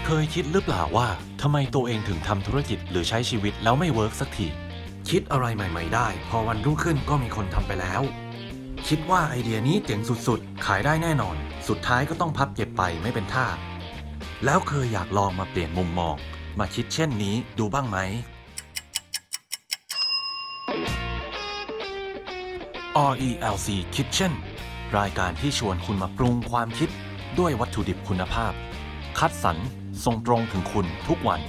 เคยคิดหรือเปล่าว่าทำไมตัวเองถึงทำธุรกิจหรือใช้ชีวิตแล้วไม่เวิร์กสักทีคิดอะไรใหม่ๆได้พอวันรุ่งขึ้นก็มีคนทำไปแล้วคิดว่าไอเดียนี้เจ๋งสุดๆขายได้แน่นอนสุดท้ายก็ต้องพับเก็บไปไม่เป็นท่าแล้วเคยอยากลองมาเปลี่ยนมุมมองมาคิดเช่นนี้ดูบ้างไหม RELC Kitchen รายการที่ชวนคุณมาปรุงความคิดด้วยวัตถุดิบคุณภาพคัดสรรส่งตรงถึงคุณทุกวัน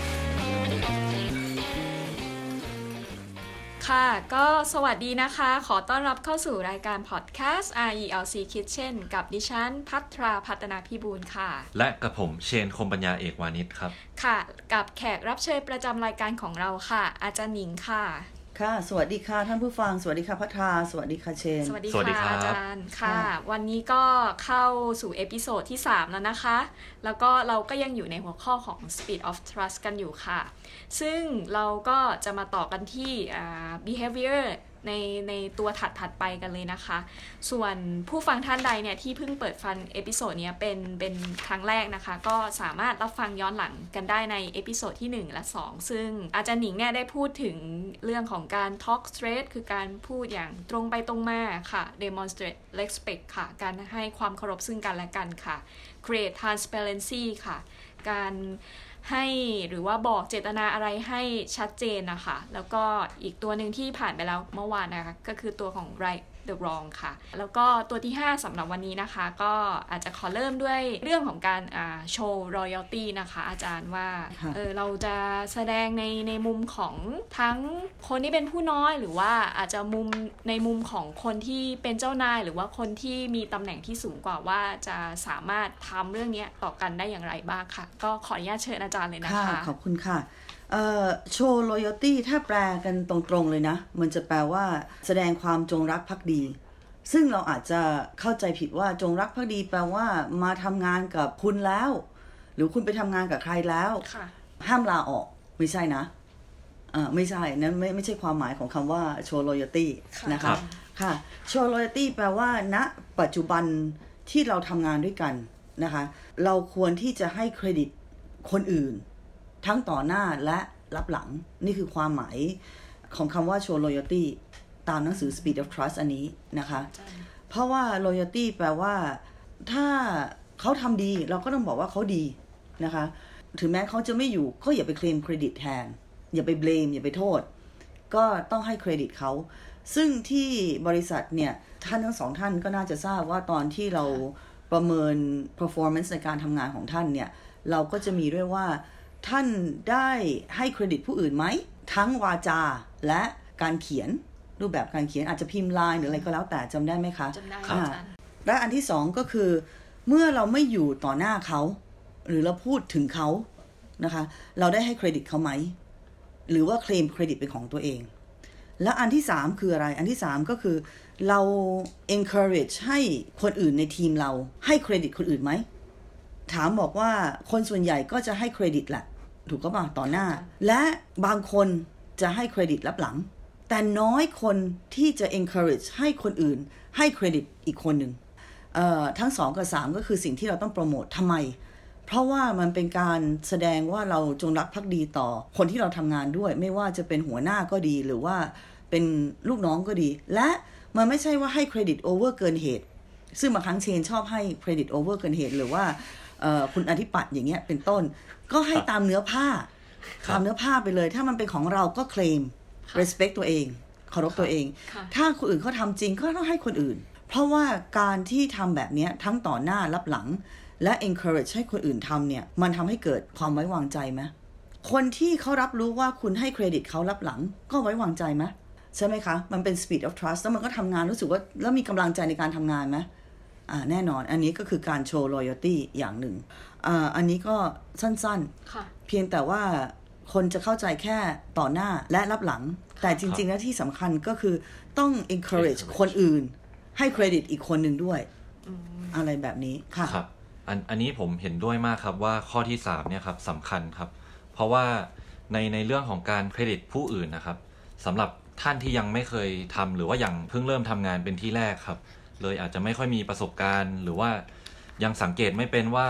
ค่ะก็สวัสดีนะคะขอต้อนรับเข้าสู่รายการพอดแคสต์ RELC Kitchen กับดิฉันภัทราพัฒนาพิบูลค่ะและกับผมเชนคมปัญญาเอกวานิชครับค่ะกับแขกรับเชิญประจำรายการของเราค่ะอาจารย์หนิงค่ะค่ะสวัสดีค่ะท่านผู้ฟังสวัสดีค่ะภัทราสวัสดีค่ะเชนสวัสดีค่ะอาจารย์ค่ะวันนี้ก็เข้าสู่เอพิโซดที่3แล้วนะคะแล้วก็เราก็ยังอยู่ในหัวข้อของ Speed of Trust กันอยู่ค่ะซึ่งเราก็จะมาต่อกันที่behavior ในตัวถัดไปกันเลยนะคะส่วนผู้ฟังท่านใดเนี่ยที่เพิ่งเปิดฟังเอพิโซดนี้เป็นครั้งแรกนะคะก็สามารถรับฟังย้อนหลังกันได้ในเอพิโซดที่1และ2ซึ่งอาจารย์หนิงเนี่ยได้พูดถึงเรื่องของการ talk straight คือการพูดอย่างตรงไปตรงมาค่ะ demonstrate respect ค่ะการให้ความเคารพซึ่งกันและกันค่ะ create transparency ค่ะการให้หรือว่าบอกเจตนาอะไรให้ชัดเจนนะคะแล้วก็อีกตัวหนึ่งที่ผ่านไปแล้วเมื่อวานนะคะก็คือตัวของ right the wrong ค่ะแล้วก็ตัวที่5สำหรับวันนี้นะคะก็อาจจะขอเริ่มด้วยเรื่องของการโชว์ royalty นะคะอาจารย์ว่าเราจะแสดงในมุมของทั้งคนที่เป็นผู้น้อยหรือว่าอาจจะในมุมของคนที่เป็นเจ้านายหรือว่าคนที่มีตำแหน่งที่สูงกว่าว่าจะสามารถทำเรื่องนี้ต่อกันได้อย่างไรบ้างค่ะก็ขออนุญาตเชิญอาจารย์เลยนะคะขอบคุณค่ะโชว์ loyalty ถ้าแปลกันตรงๆเลยนะมันจะแปลว่าแสดงความจงรักภักดีซึ่งเราอาจจะเข้าใจผิดว่าจงรักภักดีแปลว่ามาทำงานกับคุณแล้วหรือคุณไปทำงานกับใครแล้วห้ามลาออกไม่ใช่นะไม่ใช่นั้นไม่ใช่ความหมายของคำว่าโชว์ loyalty นะคะค่ะโชว์ loyalty แปลว่าณปัจจุบันที่เราทำงานด้วยกันนะคะเราควรที่จะให้เครดิตคนอื่นทั้งต่อหน้าและรับหลังนี่คือความหมายของคำว่า show loyalty ตามหนังสือ Speed of Trust อันนี้นะคะเพราะว่า loyalty แปลว่าถ้าเขาทำดีเราก็ต้องบอกว่าเขาดีนะคะถึงแม้เขาจะไม่อยู่ก็อย่าไปเคลมเครดิตแทนอย่าไป blame อย่าไปโทษก็ต้องให้เครดิตเขาซึ่งที่บริษัทเนี่ยท่านทั้งสองท่านก็น่าจะทราบว่าตอนที่เราประเมิน performance ในการทำงานของท่านเนี่ยเราก็จะมีด้วยว่าท่านได้ให้เครดิตผู้อื่นไหมทั้งวาจาและการเขียนรูปแบบการเขียนอาจจะพิมพ์ไลน์หรืออะไรก็แล้วแต่จำได้ไหมคะจำได้ค่ะและอันที่2ก็คือเมื่อเราไม่อยู่ต่อหน้าเขาหรือเราพูดถึงเขานะคะเราได้ให้เครดิตเขาไหมหรือว่าเคลมเครดิตเป็นของตัวเองและอันที่3คืออะไรอันที่3ก็คือเรา encourage ให้คนอื่นในทีมเราให้เครดิตคนอื่นไหมถามบอกว่าคนส่วนใหญ่ก็จะให้เครดิตแหละถูกก็ป่ะต่อหน้าและบางคนจะให้เครดิตรับหลังแต่น้อยคนที่จะ encourage ให้คนอื่นให้เครดิตอีกคนหนึ่งทั้ง2กับ3ก็คือสิ่งที่เราต้องโปรโมททำไมเพราะว่ามันเป็นการแสดงว่าเราจงรักภักดีต่อคนที่เราทำงานด้วยไม่ว่าจะเป็นหัวหน้าก็ดีหรือว่าเป็นลูกน้องก็ดีและมันไม่ใช่ว่าให้เครดิตโอเวอร์เกินเหตุซึ่งบางครั้งเชนชอบให้เครดิตโอเวอร์เกินเหตุหรือว่าคุณอธิปัตย์อย่างเงี้ยเป็นต้นก็ให้ตามเนื้อผ้าไปเลยถ้ามันเป็นของเราก็เคลม respect ตัวเองเคารพตัวเองถ้าคนอื่นเขาทำจริงก็ต้องให้คนอื่นเพราะว่าการที่ทำแบบนี้ทั้งต่อหน้ารับหลังและ encourage ให้คนอื่นทำเนี่ยมันทำให้เกิดความไว้วางใจไหมคนที่เขารับรู้ว่าคุณให้เครดิตเขารับหลังก็ไว้วางใจไหมใช่ไหมคะมันเป็น speed of trust แล้วมันก็ทำงานรู้สึกว่าแล้วมีกำลังใจในการทำงานไหมแน่นอนอันนี้ก็คือการโชว์ loyalty อย่างหนึ่งอันนี้ก็สั้นๆเพียงแต่ว่าคนจะเข้าใจแค่ต่อหน้าและรับหลังแต่จริงๆแล้วที่สำคัญก็คือต้อง encourage คนอื่นให้เครดิตอีกคนหนึ่งด้วยอะไรแบบนี้ค่ะครับอันนี้ผมเห็นด้วยมากครับว่าข้อที่3เนี่ยครับสำคัญครับเพราะว่าในเรื่องของการเครดิตผู้อื่นนะครับสำหรับท่านที่ยังไม่เคยทำหรือว่ายังเพิ่งเริ่มทำงานเป็นที่แรกครับเลยอาจจะไม่ค่อยมีประสบการณ์หรือว่ายังสังเกตไม่เป็นว่า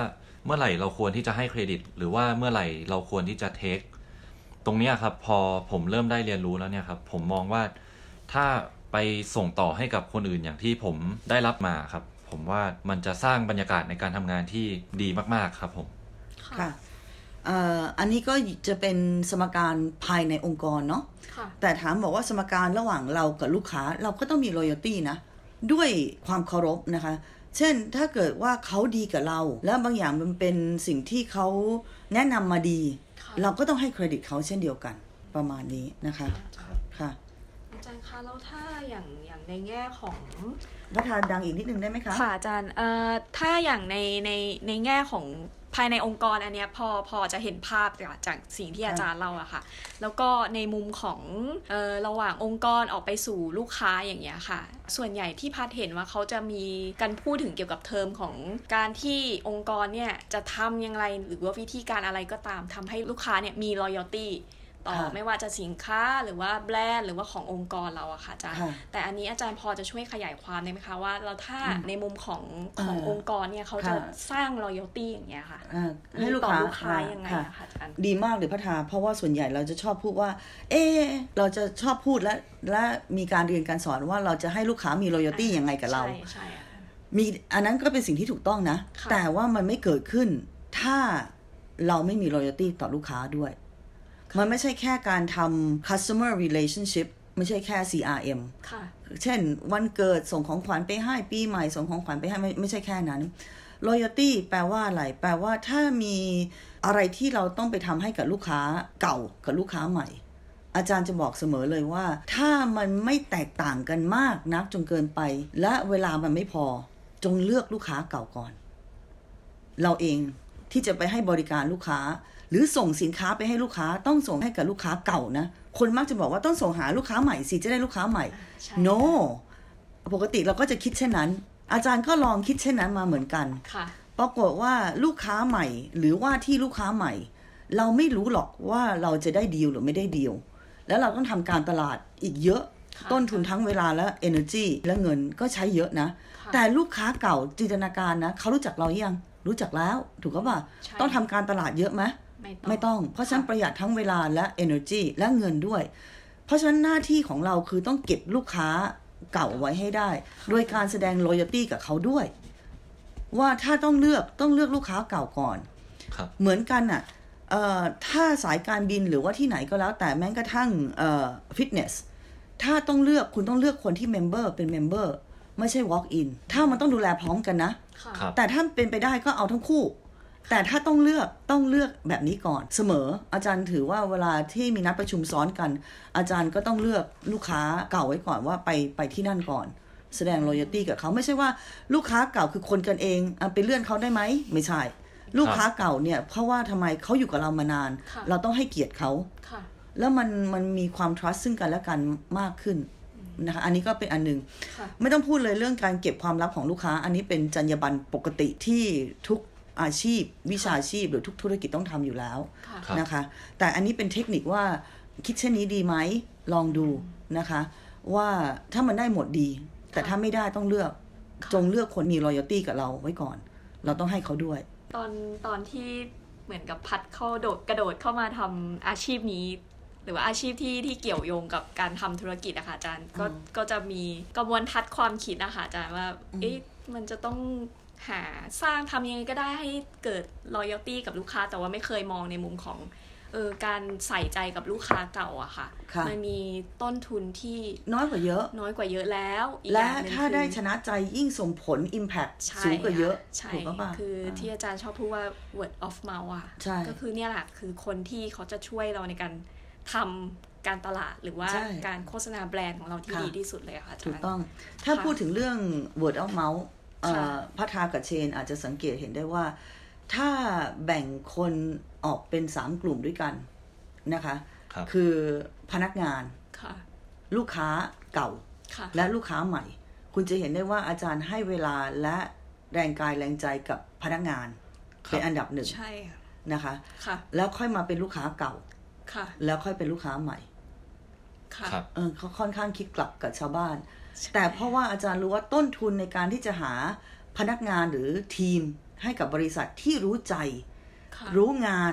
เมื่อไหร่เราควรที่จะให้เครดิตหรือว่าเมื่อไหร่เราควรที่จะเทคตรงนี้ครับพอผมเริ่มได้เรียนรู้แล้วเนี่ยครับผมมองว่าถ้าไปส่งต่อให้กับคนอื่นอย่างที่ผมได้รับมาครับผมว่ามันจะสร้างบรรยากาศในการทำงานที่ดีมากๆครับผมค่ะอันนี้ก็จะเป็นสมการภายในองค์กรเนาะแต่ถามบอกว่าสมการระหว่างเรากับลูกค้าเราก็ต้องมี loyalty นะด้วยความเคารพนะคะเช่นถ้าเกิดว่าเขาดีกับเราแล้วบางอย่างมันเป็นสิ่งที่เขาแนะนำมาดีเราก็ต้องให้เครดิตเขาเช่นเดียวกันประมาณนี้นะคะค่ะอาจารย์คะแล้วถ้าอย่างในแง่ของพัฒนาดังอีกนิดนึงได้ไหมคะค่ะอาจารย์ถ้าอย่างในแง่ของภายในองค์กรอันเนี้ยพอจะเห็นภาพจากสิ่งที่อาจารย์เล่าอะค่ะแล้วก็ในมุมของระหว่างองค์กรออกไปสู่ลูกค้าอย่างเงี้ยค่ะส่วนใหญ่ที่พัดเห็นว่าเขาจะมีการพูดถึงเกี่ยวกับเทอมของการที่องค์กรเนี่ยจะทำอย่างไรหรือว่าวิธีการอะไรก็ตามทำให้ลูกค้าเนี่ยมี loyaltyต่อไม่ว่าจะสินค้าหรือว่าแบรนด์หรือว่าขององค์กรเราอะค่ะอาจารย์แต่อันนี้อาจารย์พอจะช่วยขยายความได้ไหมคะว่าเราถ้าในมุมขององค์กรเนี่ยเขาจะสร้าง loyalty อย่างเงี้ยค่ะให้ลูกค้ายังไงคะอาจารย์ดีมากเลยพัฒนาเพราะว่าส่วนใหญ่เราจะชอบพูดว่าเราจะชอบพูดและมีการเรียนการสอนว่าเราจะให้ลูกค้ามี loyalty ยังไงกับเราใช่มีอันนั้นก็เป็นสิ่งที่ถูกต้องนะแต่ว่ามันไม่เกิดขึ้นถ้าเราไม่มี loyalty ต่อลูกค้าด้วยมันไม่ใช่แค่การทำ customer relationship ไม่ใช่แค่ CRM เช่นวันเกิดส่งของขวัญไปให้ปีใหม่ส่งของขวัญไปให้ไม่ใช่แค่นั้น loyalty แปลว่าอะไรแปลว่าถ้ามีอะไรที่เราต้องไปทำให้กับลูกค้าเก่ากับลูกค้าใหม่อาจารย์จะบอกเสมอเลยว่าถ้ามันไม่แตกต่างกันมากนักจนเกินไปและเวลามันไม่พอจงเลือกลูกค้าเก่าก่อนเราเองที่จะไปให้บริการลูกค้าหรือส่งสินค้าไปให้ลูกค้าต้องส่งให้กับลูกค้าเก่านะคนมักจะบอกว่าต้องส่งหาลูกค้าใหม่สิจะได้ลูกค้าใหม่ no ปกติเราก็จะคิดเช่นนั้นอาจารย์ก็ลองคิดเช่นนั้นมาเหมือนกันปรากฏว่าลูกค้าใหม่หรือว่าที่ลูกค้าใหม่เราไม่รู้หรอกว่าเราจะได้ดีลหรือไม่ได้ดีลแล้วเราต้องทำการตลาดอีกเยอะต้นทุนทั้งเวลาและ energy และเงินก็ใช้เยอะนะแต่ลูกค้าเก่าจินตนาการนะเขารู้จักเรายังรู้จักแล้วถูกป่ะต้องทำการตลาดเยอะไหมไม่ต้องเพราะฉะนั้นประหยัดทั้งเวลาและ energy และเงินด้วยเพราะฉะนั้นหน้าที่ของเราคือต้องเก็บลูกค้าเก่าไว้ให้ได้โดยการแสดง loyalty กับเขาด้วยว่าถ้าต้องเลือกลูกค้าเก่าก่อนเหมือนกันน่ะถ้าสายการบินหรือว่าที่ไหนก็แล้วแต่แม้กระทั่งfitness ถ้าต้องเลือกคุณต้องเลือกคนที่เมมเบอร์เป็นเมมเบอร์ไม่ใช่ walk in ถ้ามันต้องดูแลพร้อมกันนะแต่ถ้าเป็นไปได้ก็เอาทั้งคู่แต่ถ้าต้องเลือกแบบนี้ก่อนเสมออาจารย์ถือว่าเวลาที่มีนัดประชุมซ้อนกันอาจารย์ก็ต้องเลือกลูกค้าเก่าไว้ก่อนว่าไปที่นั่นก่อนแสดง loyalty กับเขาไม่ใช่ว่าลูกค้าเก่าคือคนกันเองไปเลื่อนเขาได้ไหมไม่ใช่ลูกค้าเก่าเนี่ยเพราะว่าทำไมเขาอยู่กับเรามานานเราต้องให้เกียรติเขาแล้วมันมีความ trust ซึ่งกันและกันมากขึ้นนะคะอันนี้ก็เป็นอันนึงไม่ต้องพูดเลยเรื่องการเก็บความลับของลูกค้าอันนี้เป็นจรรยาบรรณปกติที่ทุกอาชีพวิชาชีพหรือทุกธุรกิจต้องทำอยู่แล้วนะคะแต่อันนี้เป็นเทคนิคว่าคิดเช่นนี้ดีไหมลองดูนะคะว่าถ้ามันได้หมดดีแต่ถ้าไม่ได้ต้องเลือกจงเลือกคนมี loyalty กับเราไว้ก่อนเราต้องให้เขาด้วยตอนที่เหมือนกับพัดกระโดดเข้ามาทำอาชีพนี้หรือว่าอาชีพที่เกี่ยวโยงกับการทำธุรกิจนะคะอาจารย์ก็จะมีกระบวนทัศน์ความคิดนะคะอาจารย์ว่ามันจะต้องสร้างทำยังไงก็ได้ให้เกิด loyalty กับลูกค้าแต่ว่าไม่เคยมองในมุมของการใส่ใจกับลูกค้าเก่าอะค่ะมันมีต้นทุนที่น้อยกว่าเยอะแล้วและถ้าได้ชนะใจยิ่งส่งผล impact สูงกว่าเยอะถูกป่ะคือที่อาจารย์ชอบพูดว่า word of mouth อะก็คือเนี่ยแหละคือคนที่เขาจะช่วยเราในการทำการตลาดหรือว่าการโฆษณาแบรนด์ของเราที่ดีที่สุดเลยค่ะถูกต้องถ้าพูดถึงเรื่อง word of mouthพัฒนากับเชนอาจจะสังเกตเห็นได้ว่าถ้าแบ่งคนออกเป็น3กลุ่มด้วยกันนะคะคือพนักงานลูกค้าเก่าและลูกค้าใหม่คุณจะเห็นได้ว่าอาจารย์ให้เวลาและแรงกายแรงใจกับพนักงานเป็นอันดับหนึ่งนะคะแล้วค่อยมาเป็นลูกค้าเก่าแล้วค่อยเป็นลูกค้าใหม่เขาค่อนข้างคิดกลับกับชาวบ้านแต่เพราะว่าอาจารย์รู้ว่าต้นทุนในการที่จะหาพนักงานหรือทีมให้กับบริษัทที่รู้ใจรู้งาน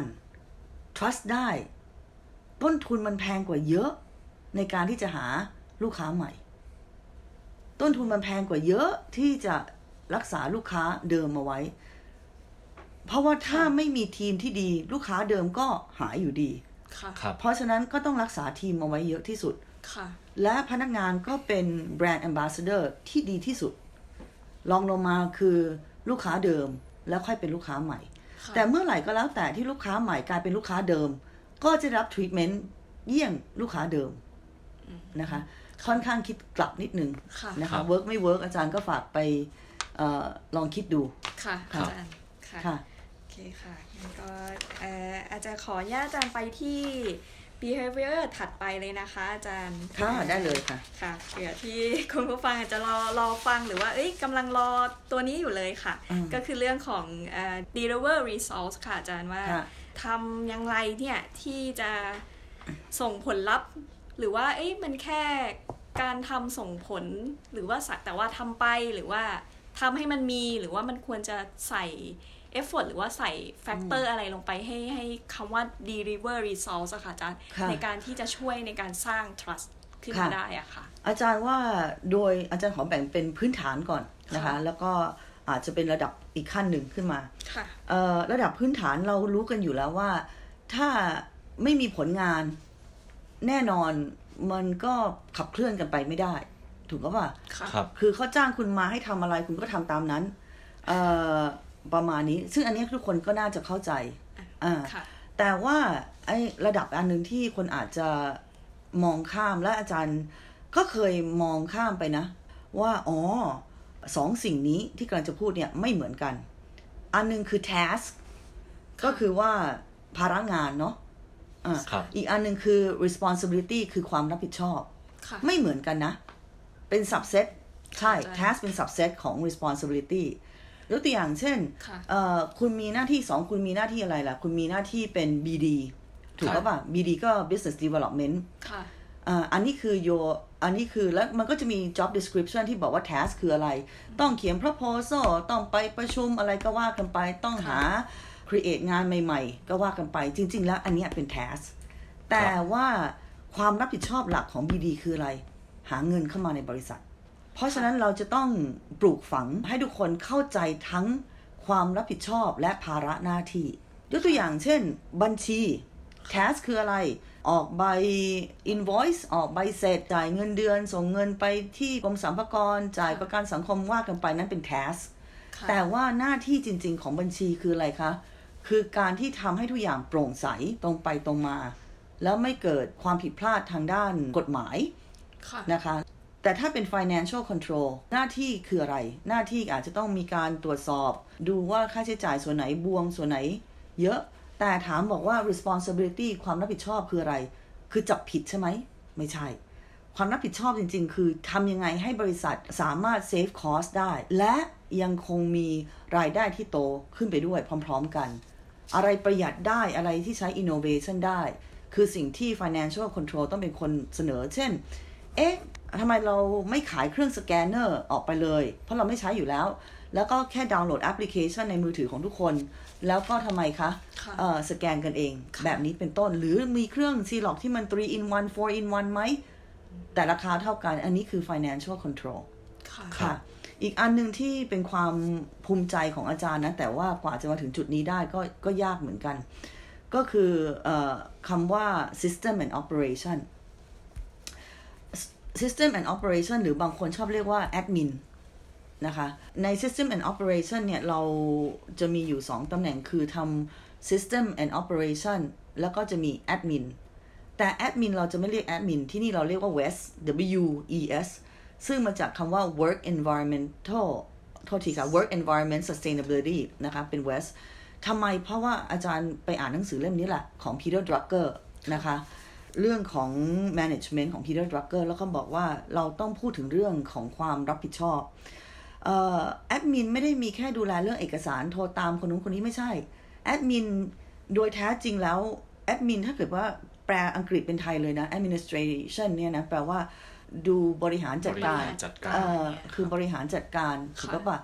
trust ได้ต้นทุนมันแพงกว่าเยอะในการที่จะหาลูกค้าใหม่ต้นทุนมันแพงกว่าเยอะที่จะรักษาลูกค้าเดิมเอาไว้เพราะว่าถ้าไม่มีทีมที่ดีลูกค้าเดิมก็หายอยู่ดีเพราะฉะนั้นก็ต้องรักษาทีมเอาไว้เยอะที่สุดและพนักงานก็เป็นแบรนด์แอมบาสเดอร์ที่ดีที่สุดรองลงมาคือลูกค้าเดิมแล้วค่อยเป็นลูกค้าใหม่แต่เมื่อไหร่ก็แล้วแต่ที่ลูกค้าใหม่กลายเป็นลูกค้าเดิมก็จะรับทรีทเมนต์เยี่ยงลูกค้าเดิมนะคะค่อนข้างคิดกลับนิดนึงนะคะเวิร์กไม่เวิร์กอาจารย์ก็ฝากไปลองคิดดูค่ะอาจารย์ค่ะโอเคค่ะงั้นก็อาจารย์ขออนุญาตอาจารย์ไปที่ behavior ถัดไปเลยนะคะอาจารย์ค่ะได้เลยค่ะค่ะเผื่อที่คุณผู้ฟังอาจจะรอฟังหรือว่ากำลังรอตัวนี้อยู่เลยค่ะก็คือเรื่องของ deliver results ค่ะอาจารย์ว่าทำอย่างไรเนี่ยที่จะส่งผลลัพธ์หรือว่ามันแค่การทำส่งผลหรือว่าสักแต่ว่าทำไปหรือว่าทำให้มันมีหรือว่ามันควรจะใส่ effort หรือว่าใส่ factor อะไรลงไปให้คำว่า deliver results ค่ะอาจารย์ในการที่จะช่วยในการสร้าง trust ขึ้นมาได้อะค่ะอาจารย์ว่าโดยอาจารย์ขอแบ่งเป็นพื้นฐานก่อนนะคะแล้วก็อาจจะเป็นระดับอีกขั้นหนึ่งขึ้นมาระดับพื้นฐานเรารู้กันอยู่แล้วว่าถ้าไม่มีผลงานแน่นอนมันก็ขับเคลื่อนกันไปไม่ได้ถูกก็ป่ะคือเขาจ้างคุณมาให้ทำอะไรคุณก็ทำตามนั้นประมาณนี้ซึ่งอันนี้ทุกคนก็น่าจะเข้าใจแต่ว่าไอ้ระดับอันนึงที่คนอาจจะมองข้ามและอาจารย์ก็เคยมองข้ามไปนะว่าสองสิ่งนี้ที่กำลังจะพูดเนี่ยไม่เหมือนกันอันนึงคือ task ก็คือว่าภาระงานเนาะอีกอันนึงคือ responsibility คือความรับผิดชอบไม่เหมือนกันนะเป็น subset ใช่ task เป็น subset ของ responsibility ยกตัวอย่างเช่นคุณมีหน้าที่2คุณมีหน้าที่อะไรล่ะคุณมีหน้าที่เป็น BD ถูกป่ะ BD ก็ business development อันนี้คือแล้วมันก็จะมี job description ที่บอกว่า task คืออะไรต้องเขียน proposal ต้องไปประชุมอะไรก็ว่ากันไปต้องหาcreate งานใหม่ๆก็ว่ากันไปจริงๆแล้วอันนี้เป็น task แต่ว่าความรับผิดชอบหลักของ BD คืออะไรหาเงินเข้ามาในบริษัทเพราะฉะนั้นเราจะต้องปลูกฝังให้ทุกคนเข้าใจทั้งความรับผิดชอบและภาระหน้าที่ยกตัวอย่างเช่นบัญชี task คืออะไรออกใบ invoice ออกใบเสร็จจ่ายเงินเดือนส่งเงินไปที่กรมสรรพากรจ่ายประกันสังคมว่ากันไปนั้นเป็น task แต่ว่าหน้าที่จริงๆของบัญชีคืออะไรคะคือการที่ทำให้ทุกอย่างโปร่งใสตรงไปตรงมาแล้วไม่เกิดความผิดพลาดทางด้านกฎหมายนะคะแต่ถ้าเป็น financial control หน้าที่คืออะไรหน้าที่อาจจะต้องมีการตรวจสอบดูว่าค่าใช้จ่ายส่วนไหนบวมส่วนไหนเยอะแต่ถามบอกว่า responsibility ความรับผิดชอบคืออะไรคือจับผิดใช่ไหมไม่ใช่ความรับผิดชอบจริงๆคือทำยังไงให้บริษัทสามารถ save cost ได้และยังคงมีรายได้ที่โตขึ้นไปด้วยพร้อมๆกันอะไรประหยัดได้อะไรที่ใช้ innovation ได้คือสิ่งที่ financial control ต้องเป็นคนเสนอเช่นทำไมเราไม่ขายเครื่องสแกนเนอร์ออกไปเลยเพราะเราไม่ใช้อยู่แล้วก็แค่ดาวน์โหลดแอปพลิเคชันในมือถือของทุกคนแล้วก็ทำไมคะสแกนกันเองแบบนี้เป็นต้นหรือมีเครื่อง Xerox ที่มัน3 in 1 4 in 1ไหมแต่ราคาเท่ากันอันนี้คือ financial control ค่ะอีกอันนึงที่เป็นความภูมิใจของอาจารย์นะแต่ว่ากว่าจะมาถึงจุดนี้ได้ก็ยากเหมือนกันก็คือคำว่า system and operation system and operation หรือบางคนชอบเรียกว่า admin นะคะใน system and operation เนี่ยเราจะมีอยู่2ตำแหน่งคือทำ system and operation แล้วก็จะมี admin แต่ admin เราจะไม่เรียก admin ที่นี่เราเรียกว่า WES WES ซึ่งมาจากคำว่า work environmental โทษทีค่ะ work environment sustainability นะคะเป็น WES ทำไมเพราะว่าอาจารย์ไปอ่านหนังสือเล่มนี้แหละของ Peter Drucker นะคะเรื่องของ management ของ Peter Drucker แล้วก็บอกว่าเราต้องพูดถึงเรื่องของความรับผิดชอบแอดมินไม่ได้มีแค่ดูแลเรื่องเอกสารโทรตามคนนู้นคนนี้ไม่ใช่แอดมินโดยแท้จริงแล้วแอดมินถ้าเกิดว่าแปลอังกฤษเป็นไทยเลยนะ administration เนี่ยนะแปลว่าดูบริหารจัดการคือบริหารจัดการถูกป่ะแ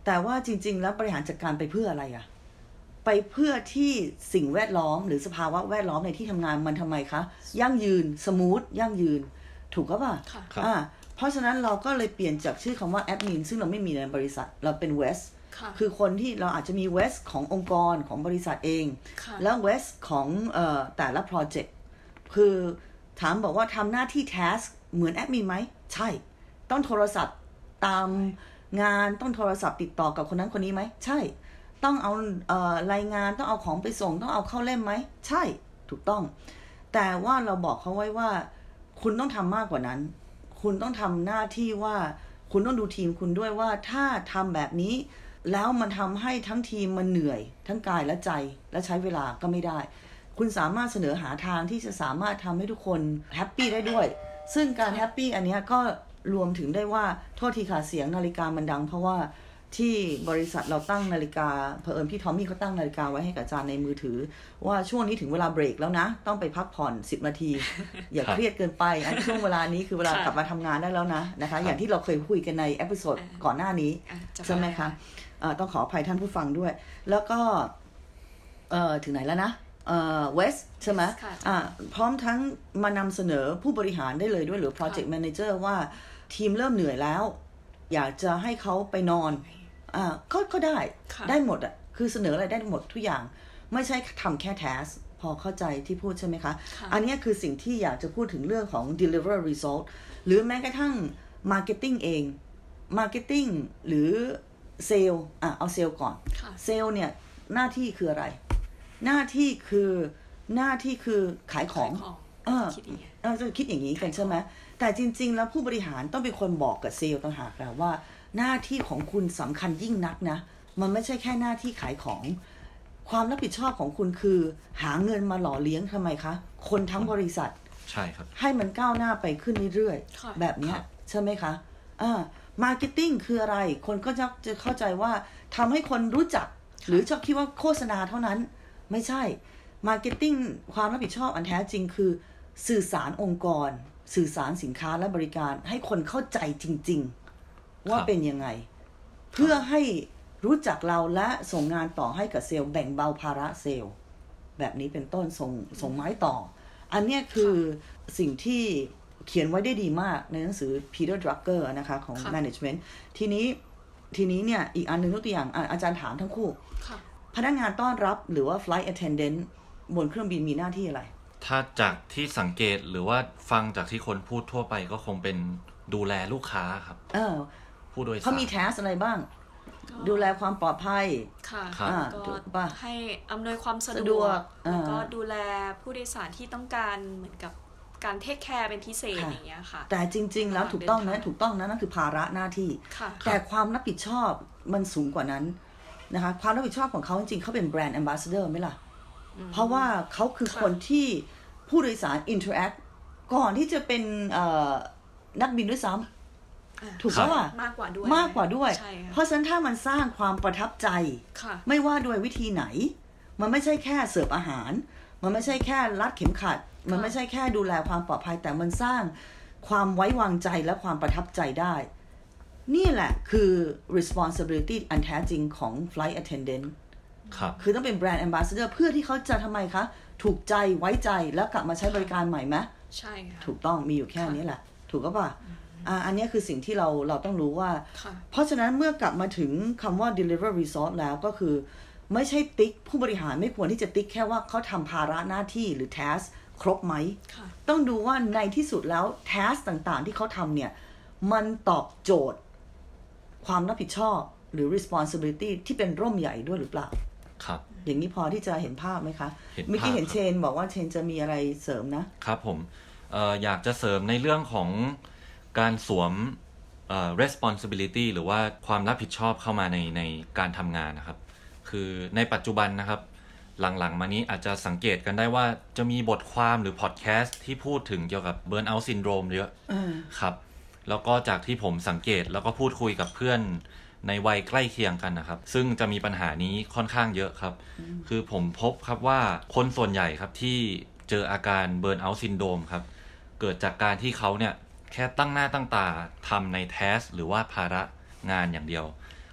แต่ว่าจริงๆแล้วบริหารจัดการไปเพื่ออะไรอะไปเพื่อที่สิ่งแวดล้อมหรือสภาวะแวดล้อมในที่ทำงานมันทำไมคะยั่งยืนสมูทยั่งยืนถูกก็ป่ะเพราะฉะนั้นเราก็เลยเปลี่ยนจากชื่อคำว่าแอดมินซึ่งเราไม่มีในบริษัทเราเป็นเวสคือคนที่เราอาจจะมีเวสขององค์กรของบริษัทเองแล้วเวสของแต่ละโปรเจกต์คือถามบอกว่าทำหน้าที่ task เหมือนแอดมินไหมใช่ต้องโทรศัพท์ตามงานต้องโทรศัพท์ติดต่อกับคนนั้นคนนี้ไหมใช่ต้องเอารายงานต้องเอาของไปส่งต้องเอาเข้าเล่มไหมใช่ถูกต้องแต่ว่าเราบอกเขาไว้ว่าคุณต้องทำมากกว่านั้นคุณต้องทำหน้าที่ว่าคุณต้องดูทีมคุณด้วยว่าถ้าทำแบบนี้แล้วมันทำให้ทั้งทีมมันเหนื่อยทั้งกายและใจและใช้เวลาก็ไม่ได้คุณสามารถเสนอหาทางที่จะสามารถทำให้ทุกคนแฮปปี้ได้ด้วยซึ่งการแฮปปี้อันนี้ก็รวมถึงได้ว่าโทษทีค่ะเสียงนาฬิกามันดังเพราะว่าที่บริษัทเราตั้งนาฬิกาเผอิญพี่ทอมมี่เขาตั้งนาฬิกาไว้ให้กับอาจารย์ในมือถือว่าช่วงนี้ถึงเวลาเบรกแล้วนะต้องไปพักผ่อน10 นาที อย่าเครียดเกินไปอันช่วงเวลานี้คือเวลากลับมาทำงานได้แล้วนะคะอย่างที่เราเคยคุยกันในเอพิโซดก่อนหน้านี้ใช่ไหมคะต้องขออภัยท่านผู้ฟังด้วยแล้วก็ถึงไหนแล้วนะเวสใช่ไหมพร้อมทั้งมานำเสนอผู้บริหารได้เลยด้วยหรือ project manager ว่าทีมเริ่มเหนื่อยแล้วอยากจะให้เขาไปนอนก็ได้หมดอ่ะคือเสนออะไรได้หมดทุกอย่างไม่ใช่ทำแค่ task พอเข้าใจที่พูดใช่ไหมคะอันนี้คือสิ่งที่อยากจะพูดถึงเรื่องของ deliver result หรือแม้กระทั่ง marketing เอง marketing หรือเซลล์เอาเซลล์ก่อนเซลล์เนี่ยหน้าที่คืออะไรหน้าที่คือขายของจะคิดอย่างนี้กันใช่ไหมแต่จริงๆแล้วผู้บริหารต้องเป็นคนบอกกับเซลล์ต่างหากแล้วว่าหน้าที่ของคุณสำคัญยิ่งนักนะมันไม่ใช่แค่หน้าที่ขายของความรับผิดชอบของคุณคือหาเงินมาหล่อเลี้ยงทำไมคะคนทั้งบริษัทใช่ครับให้มันก้าวหน้าไปขึ้นเรื่อยๆแบบนี้ใช่ไหมคะมาร์เก็ตติ้งคืออะไรคนก็จะเข้าใจว่าทำให้คนรู้จักหรือชอบคิดว่าโฆษณาเท่านั้นไม่ใช่มาร์เก็ตติ้งความรับผิดชอบอันแท้จริงคือสื่อสารองค์กรสื่อสารสินค้าและบริการให้คนเข้าใจจริงๆว่าเป็นยังไงเพื่อให้รู้จักเราและส่งงานต่อให้กับเซลล์แบ่งเบาภาระเซลล์แบบนี้เป็นต้นส่งไม้ต่ออันนี้คือสิ่งที่เขียนไว้ได้ดีมากในหนังสือ Peter Drucker นะคะของ Management ทีนี้เนี่ยอีกอันนึงยกตัวอย่างอาจารย์ถามทั้งคู่พนักงานต้อนรับหรือว่า flight attendant บนเครื่องบินมีหน้าที่อะไรถ้าจากที่สังเกตหรือว่าฟังจากที่คนพูดทั่วไปก็คงเป็นดูแลลูกค้าครับผู้โดยสารเขามี task อะไรบ้างดูแลความปลอดภัยค่ะก็ให้อำนวยความสะดวกแล้วก็ดูแลผู้โดยสารที่ต้องการเหมือนกับการเทคแคร์เป็นพิเศษอย่างเงี้ยค่ะแต่จริงๆแล้วถูกต้องนะนั่นคือภาระหน้าที่แต่ความรับผิดชอบมันสูงกว่านั้นนะคะความรับผิดชอบของเขาจริงๆเขาเป็นแบรนด์แอมบาสเดอร์ไหมล่ะเพราะว่าเขาคือคนที่ผู้โดยสารอินเทอร์แอคก่อนที่จะเป็นนักบินด้วยซ้ำถูกป่ะมากกว่าด้วยเพราะฉะนั้นถ้ามันสร้างความประทับใจไม่ว่าโดยวิธีไหนมันไม่ใช่แค่เสิร์ฟอาหารมันไม่ใช่แค่รัดเข็มขัดมันไม่ใช่แค่ดูแลความปลอดภัยแต่มันสร้างความไว้วางใจและความประทับใจได้นี่แหละคือ responsibility อันแท้จริงของ flight attendant คือต้องเป็นแบรนด์ ambassador เพื่อที่เขาจะทำไมคะถูกใจไว้ใจแล้วกลับมาใช้บริการใหม่ไหมใช่ค่ะถูกต้องมีอยู่แค่นี้แหละถูกก็ป่ะอันนี้คือสิ่งที่เราต้องรู้ว่าเพราะฉะนั้นเมื่อกลับมาถึงคำว่า deliver result แล้วก็คือไม่ใช่ติ๊กผู้บริหารไม่ควรที่จะติ๊กแค่ว่าเขาทำภาระหน้าที่หรือ task ครบไหมต้องดูว่าในที่สุดแล้ว task ต่างๆที่เขาทำเนี่ยมันตอบโจทย์ความรับผิดชอบหรือ responsibility ที่เป็นร่มใหญ่ด้วยหรือเปล่าครับอย่างนี้พอที่จะเห็นภาพไหมคะเมื่อกี้เห็นเชนบอกว่าเชนจะมีอะไรเสริมนะครับผมอยากจะเสริมในเรื่องของการสวมresponsibility หรือว่าความรับผิดชอบเข้ามาในการทำงานนะครับคือในปัจจุบันนะครับหลังๆมานี้อาจจะสังเกตกันได้ว่าจะมีบทความหรือพอดแคสต์ที่พูดถึงเกี่ยวกับ burnout syndrome เยอะครับแล้วก็จากที่ผมสังเกตแล้วก็พูดคุยกับเพื่อนในวัยใกล้เคียงกันนะครับซึ่งจะมีปัญหานี้ค่อนข้างเยอะครับคือผมพบครับว่าคนส่วนใหญ่ครับที่เจออาการ burnout syndrome ครับเกิดจากการที่เขาเนี่ยแค่ตั้งหน้าตั้งตาทำในแทสหรือว่าภาระงานอย่างเดียว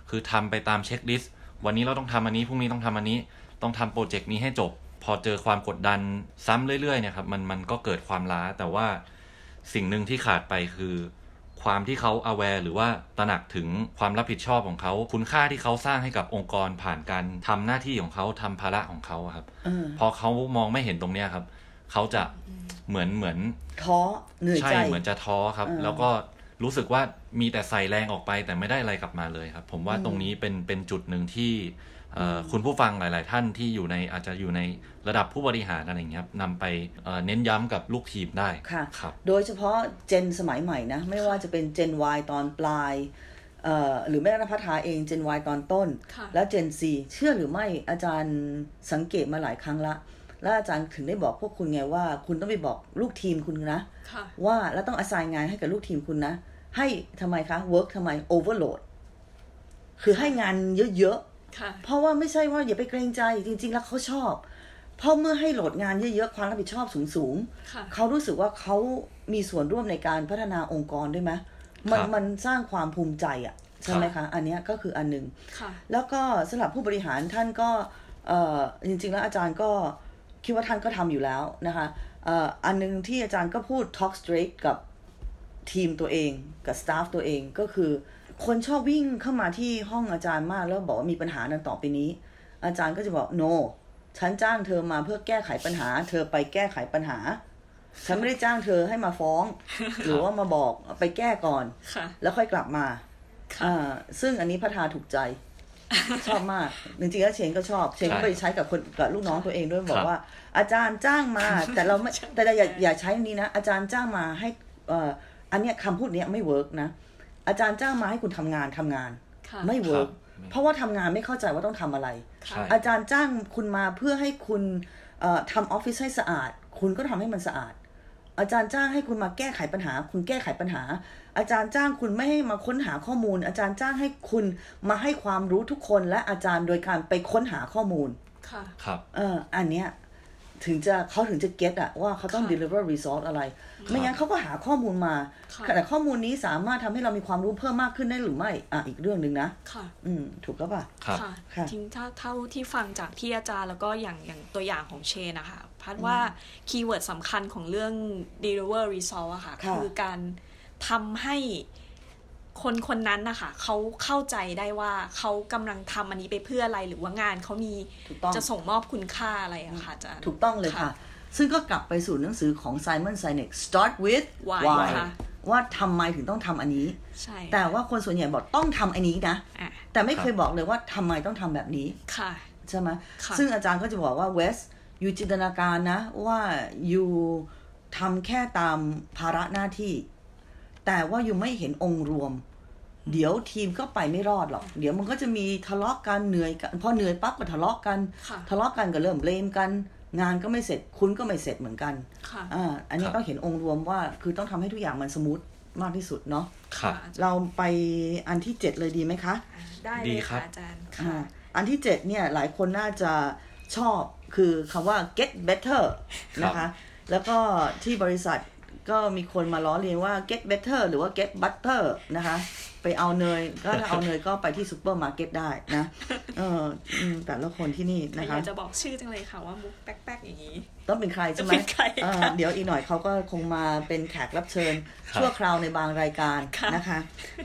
คือทำไปตามเช็คลิสต์วันนี้เราต้องทำอันนี้พรุ่งนี้ต้องทำอันนี้ต้องทำโปรเจกต์นี้ให้จบพอเจอความกดดันซ้ำเรื่อยๆเนี่ยครับมันก็เกิดความล้าแต่ว่าสิ่งหนึ่งที่ขาดไปคือความที่เขา aware หรือว่าตระหนักถึงความรับผิดชอบของเขาคุณค่าที่เขาสร้างให้กับองค์กรผ่านการทำหน้าที่ของเขาทำภาระของเขาครับพอเขามองไม่เห็นตรงเนี้ยครับเขาจะเหมือนท้อเหนื่อยใจใช่เหมือนจะท้อครับแล้วก็รู้สึกว่ามีแต่ใส่แรงออกไปแต่ไม่ได้อะไรกลับมาเลยครับผมว่าตรงนี้เป็นจุดหนึ่งที่คุณผู้ฟังหลายๆท่านที่อยู่ในอาจจะอยู่ในระดับผู้บริหารอะไรอย่างเงี้ยครับนำไปเน้นย้ำกับลูกทีมได้ครับโดยเฉพาะเจนสมัยใหม่นะไม่ว่าจะเป็นเจน Y ตอนปลายหรือแม่นภัทราเองเจน Y ตอนต้นและเจน C เชื่อหรือไม่อาจารย์สังเกตมาหลายครั้งละแล้วอาจารย์ถึงได้บอกพวกคุณไงว่าคุณต้องไปบอกลูกทีมคุณนะว่าแล้วต้อง assign งานให้กับลูกทีมคุณนะให้ทำไมคะ work ทำไม overload คือให้งานเยอะๆเพราะว่าไม่ใช่ว่าอย่าไปเกรงใจจริงๆแล้วเขาชอบเพราะเมื่อให้โหลดงานเยอะๆความรับผิดชอบสูงๆเขารู้สึกว่าเขามีส่วนร่วมในการพัฒนาองค์กรด้วยไหมมันสร้างความภูมิใจอ่ะใช่ไหมคะอันนี้ก็คืออันนึงแล้วก็สำหรับผู้บริหารท่านก็จริงๆแล้วอาจารย์ก็คิดว่าท่านก็ทำอยู่แล้วนะคะอันนึงที่อาจารย์ก็พูด talk straight กับทีมตัวเองกับ staff ตัวเองก็คือคนชอบวิ่งเข้ามาที่ห้องอาจารย์มากแล้วบอกว่ามีปัญหาดังต่อไปนี้อาจารย์ก็จะบอก no ฉันจ้างเธอมาเพื่อแก้ไขปัญหาเธอไปแก้ไขปัญหาฉันไม่ได้จ้างเธอให้มาฟ้อง หรือว่ามาบอกไปแก้ก่อนแล้วค่อยกลับมาซึ่งอันนี้พัฒนาถูกใจชอบมากจริงๆแล้วเชนก็ชอบเชนก็ไปใช้กับคนกับลูกน้องตัวเองด้วยบอกว่าอาจารย์จ้างมาแต่เราไม่แต่อย่าใช้นี้นะอาจารย์จ้างมาให้อันเนี้ยคำพูดเนี้ยไม่เวิร์กนะอาจารย์จ้างมาให้คุณทำงานไม่เวิร์กเพราะว่าทำงานไม่เข้าใจว่าต้องทำอะไรอาจารย์จ้างคุณมาเพื่อให้คุณทำออฟฟิศให้สะอาดคุณก็ทำให้มันสะอาดอาจารย์จ้างให้คุณมาแก้ไขปัญหาคุณแก้ไขปัญหาอาจารย์จ้างคุณไม่ให้มาค้นหาข้อมูลอาจารย์จ้างให้คุณมาให้ความรู้ทุกคนและอาจารย์โดยการไปค้นหาข้อมูลครับอันเนี้ยเขาถึงจะเก็ตอะว่าเขาต้อง deliver result อะไรไม่งั้นเขาก็หาข้อมูลมาแต่ข้อมูลนี้สามารถทำให้เรามีความรู้เพิ่มมากขึ้นได้หรือไม่อีกเรื่องนึงนะถูกแล้วป่ะค่ะจริงเท่าที่ฟังจากที่อาจารย์แล้วก็อย่างตัวอย่างของเชนนะคะพัดว่าคีย์เวิร์ดสำคัญของเรื่อง deliver result อะค่ะคือการทำให้คนนั้นนะคะเขาเข้าใจได้ว่าเขากำลังทำอันนี้ไปเพื่ออะไรหรือว่างานเขามีจะส่งมอบคุณค่าอะไรอะค่ะอาจารย์ถูกต้องเลยค่ะซึ่งก็กลับไปสู่หนังสือของ Simon Sinek Start with Why ว่าทำไมถึงต้องทำอันนี้แต่ว่าคนส่วนใหญ่บอกต้องทำอันนี้นะแต่ไม่เคยบอกเลยว่าทำไมต้องทำแบบนี้ใช่ไหมซึ่งอาจารย์ก็จะบอกว่าเวสอยู่จินตนาการนะว่าอยู่ทำแค่ตามภาระหน้าที่แต่ว่าอยู่ไม่เห็นองค์รวมเดี๋ยวทีมก็ไปไม่รอดหรอกเดี๋ยวมันก็จะมีทะเลาะกันเหนื่อยกันพอเหนื่อยปั๊บก็ทะเลาะกันก็เริ่มเบลมกันงานก็ไม่เสร็จคุณก็ไม่เสร็จเหมือนกันอันนี้ต้องเห็นองค์รวมว่าคือต้องทำให้ทุกอย่างมันสมูทมากที่สุดเนาะเราไปอันที่7เลยดีไหมคะได้เลยค่ะอาจารย์อันที่7เนี่ยหลายคนน่าจะชอบคือคำว่า get better นะคะแล้วก็ที่บริษัทก็มีคนมาล้อเลียนว่า get better หรือว่า get butter นะคะไปเอาเนยก็ถ้าเอาเนยก็ไปที่ซุปเปอร์มาร์เก็ตได้นะแต่ละคนที่นี่นะคะอยากจะบอกชื่อจังเลยค่ะว่ามุกแป๊กๆอย่างนี้ต้องเป็นใครใช่ไหมเดี๋ยวอีกหน่อยเขาก็คงมาเป็นแขกรับเชิญชั่วคราวในบางรายการนะคะ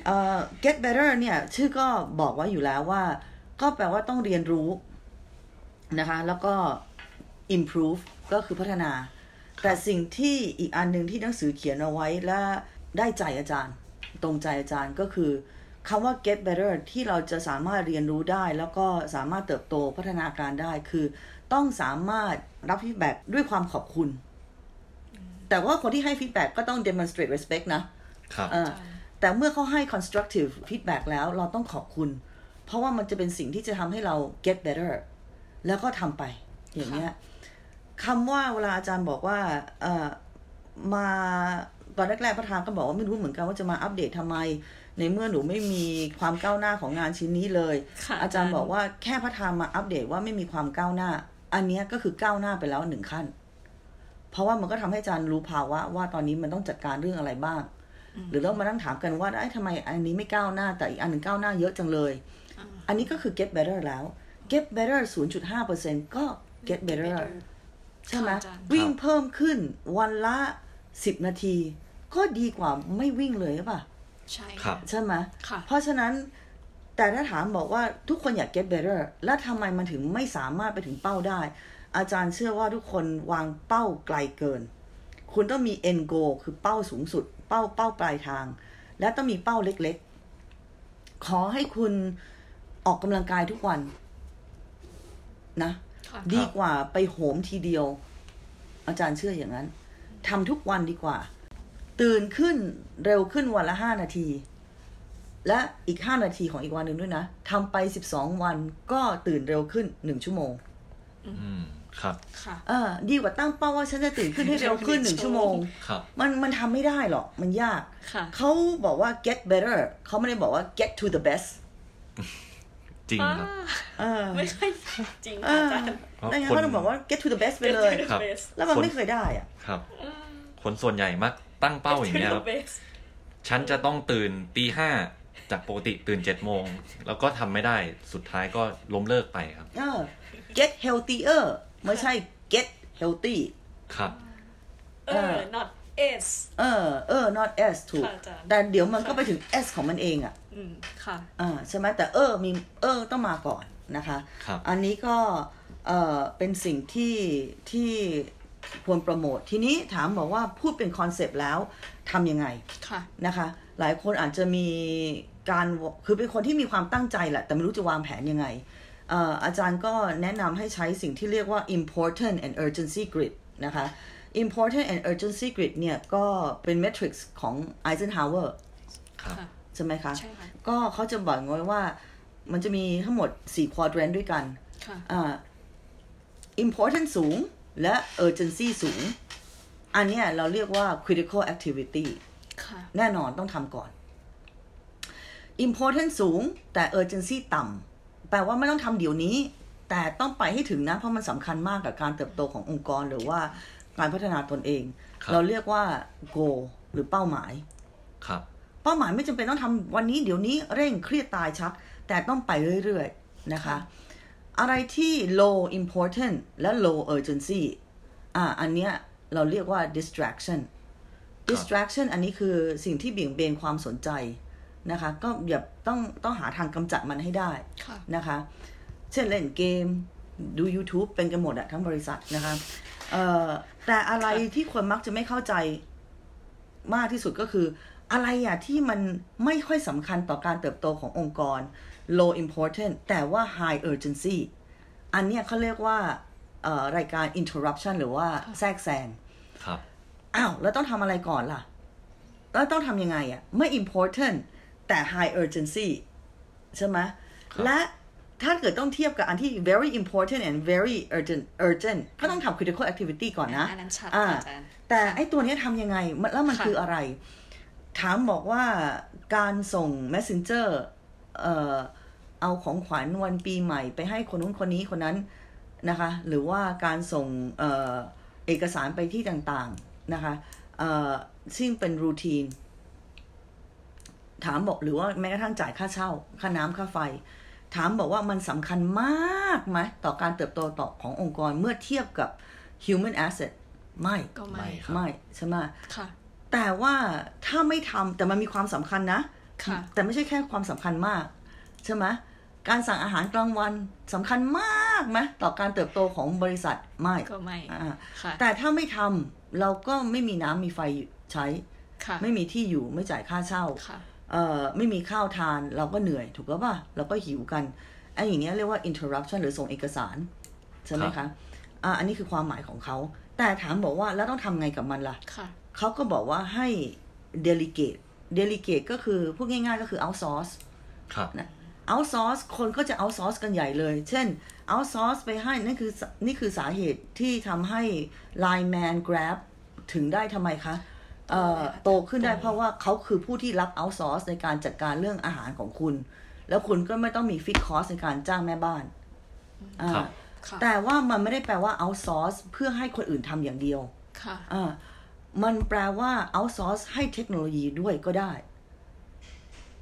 get better เนี่ยชื่อก็บอกไว้อยู่แล้วว่าก็แปลว่าต้องเรียนรู้นะคะแล้วก็ improve ก็คือพัฒนาแต่สิ่งที่อีกอันนึงที่หนังสือเขียนเอาไว้และได้ใจอาจารย์ตรงใจอาจารย์ก็คือคำว่า get better ที่เราจะสามารถเรียนรู้ได้แล้วก็สามารถเติบโตพัฒนาการได้คือต้องสามารถรับฟีดแบ็กด้วยความขอบคุณแต่ว่าคนที่ให้ฟีดแบ็กก็ต้อง demonstrate respect นะแต่เมื่อเขาให้ constructive feedback แล้วเราต้องขอบคุณเพราะว่ามันจะเป็นสิ่งที่จะทำให้เรา get better แล้วก็ทำไปอย่างเงี้ยคำว่าเวลาอาจารย์บอกว่ามาตอนแรกๆประธานก็บอกว่าไม่รู้เหมือนกันว่าจะมาอัปเดตทำไมในเมื่อหนูไม่มีความก้าวหน้าของงานชิ้นนี้เลยอาจารย์บอกว่าแค่ประธานมาอัปเดตว่าไม่มีความก้าวหน้าอันนี้ก็คือก้าวหน้าไปแล้ว1ขั้นเพราะว่ามันก็ทำให้อาจารย์รู้ภาวะว่าตอนนี้มันต้องจัดการเรื่องอะไรบ้างหรือเรามานั่งถามกันว่าทำไมอันนี้ไม่ก้าวหน้าแต่อีกอันหนึ่งก้าวหน้าเยอะจังเลยอันนี้ก็คือ get better แล้ว get better 0.5% ก็ get better ใช่ไหมวิ่งเพิ่มขึ้นวันละ10 นาทีก็ดีกว่าไม่วิ่งเลยป่ะใช่ใช่ไหมเพราะฉะนั้นแต่ถ้าถามบอกว่าทุกคนอยาก get better แล้วทำไมมันถึงไม่สามารถไปถึงเป้าได้อาจารย์เชื่อว่าทุกคนวางเป้าไกลเกินคุณต้องมี end goal คือเป้าสูงสุดเป้าปลายทางและต้องมีเป้าเล็กๆขอให้คุณออกกำลังกายทุกวันนะดีกว่าไปโหมทีเดียวอาจารย์เชื่ออย่างนั้นทำทุกวันดีกว่าตื่นขึ้นเร็วขึ้นวันละ5 นาทีและอีก5 นาทีของอีกวันหนึ่งด้วยนะทำไป12 วันก็ตื่นเร็วขึ้น1 ชั่วโมงครับดีกว่าตั้งเป้าว่าฉันจะตื่นขึ้นให้เร็วขึ้น1 ชั่วโมงมันทำไม่ได้หรอกมันยากเขาบอกว่า get better เขาไม่ได้บอกว่า get to the best จริงครับไม่ใช่จริงอาจารย์นั่นไงเขาต้องบอกว่า get to the best ไปเลยแล้วมันไม่เคยได้อ่ะครับคนส่วนใหญ่มักตั้งเป้าอย่างเงี้ยครับฉันจะต้องตื่นตี 5จากปกติตื่น 7 โมงแล้วก็ทำไม่ได้สุดท้ายก็ล้มเลิกไปครับ get healthier ไม่ใช่ get healthy ครับ not s not s ถูกแต่เดี๋ยวมันก็ไปถึง s ของมันเองอ่ะค่ะใช่ไหมแต่มีต้องมาก่อนนะคะอันนี้ก็เป็นสิ่งที่ควรโปรโมททีนี้ถามบอกว่าพูดเป็นคอนเซปต์แล้วทำยังไงนะคะหลายคนอาจจะมีการคือเป็นคนที่มีความตั้งใจแหละแต่ไม่รู้จะวางแผนยังไงอาจารย์ก็แนะนำให้ใช้สิ่งที่เรียกว่า important and urgency grid นะคะ important and urgency grid เนี่ยก็เป็น matrix ของ Eisenhower ใช่ไหมคะก็เขาจะบอกไว้ว่ามันจะมีทั้งหมด4 quadrant ด้วยกันimportant สูงและ urgency สูงอันนี้เราเรียกว่า critical activity แน่นอนต้องทำก่อน important สูงแต่ urgency ต่ำแปลว่าไม่ต้องทำเดี๋ยวนี้แต่ต้องไปให้ถึงนะเพราะมันสำคัญมากกับการเติบโตขององค์กรหรือว่าการพัฒนาตนเองเราเรียกว่า goal หรือเป้าหมายเป้าหมายไม่จำเป็นต้องทำวันนี้เดี๋ยวนี้เร่งเครียดตายชักแต่ต้องไปเรื่อยๆนะคะอะไรที่ low important และ low urgency อันเนี้ยเราเรียกว่า distraction อันนี้คือสิ่งที่เบี่ยงเบนความสนใจนะคะก็อย่าต้องหาทางกำจัดมันให้ได้นะคะเช่นเล่นเกมดู YouTube เป็นกันหมดอะทั้งบริษัทนะคะแต่อะไรที่คนมักจะไม่เข้าใจมากที่สุดก็คืออะไรอะที่มันไม่ค่อยสำคัญต่อการเติบโตขององค์กร low important แต่ว่า high urgency อันเนี้ยเขาเรียกว่ารายการ interruption หรือว่าแทรกแซงแล้วต้องทำอะไรก่อนล่ะแล้วต้องทำยังไงอะไม่ important แต่ high urgency ใช่ไหมและถ้าเกิดต้องเทียบกับอันที่ very important and very urgent ก็ต้องทำ critical activity ก่อนนะแต่ไอ้ตัวนี้ทำยังไงแล้วมันคืออะไรถามบอกว่าการส่ง messenger เอาของขวัญวันปีใหม่ไปให้คนนู้นคนนี้คนนั้นนะคะหรือว่าการส่งเอกสารไปที่ต่างๆนะคะซึ่งเป็นรูทีนถามบอกหรือว่าแม้กระทั่งจ่ายค่าเช่าค่าน้ำค่าไฟถามบอกว่ามันสำคัญมากไหมต่อการเติบโตต่อขององค์กรเมื่อเทียบกับ human asset ไม่ใช่ไหมแต่ว่าถ้าไม่ทำแต่มันมีความสำคัญนะแต่ไม่ใช่แค่ความสำคัญมากใช่ไหมการสั่งอาหารกลางวันสำคัญมากไหมต่อการเติบโตของบริษัทไม่แต่ถ้าไม่ทำเราก็ไม่มีน้ำมีไฟใช้ไม่มีที่อยู่ไม่จ่ายค่าเช่าไม่มีข้าวทานเราก็เหนื่อยถูกแล้วป่ะเราก็หิวกันไอ้อย่างเงี้ยเรียกว่า interruption หรือส่งเอกสารใช่ไหมคะอันนี้คือความหมายของเขาแต่ถามบอกว่าแล้วต้องทำไงกับมันล่ะเขาก็บอกว่าให้ delegate ก็คือพูดง่ายๆก็คือ outsource นะ outsource คนก็จะ outsource กันใหญ่เลยเช่น outsource ไปให้นี่คือสาเหตุที่ทำให้ Line Man Grab ถึงได้ทำไมคะโตขึ้นได้เพราะว่าเขาคือผู้ที่รับ outsource ในการจัดการเรื่องอาหารของคุณแล้วคุณก็ไม่ต้องมี fixed cost ในการจ้างแม่บ้านแต่ว่ามันไม่ได้แปลว่า outsource เพื่อให้คนอื่นทำอย่างเดียวมันแปลว่า outsource ให้เทคโนโลยีด้วยก็ได้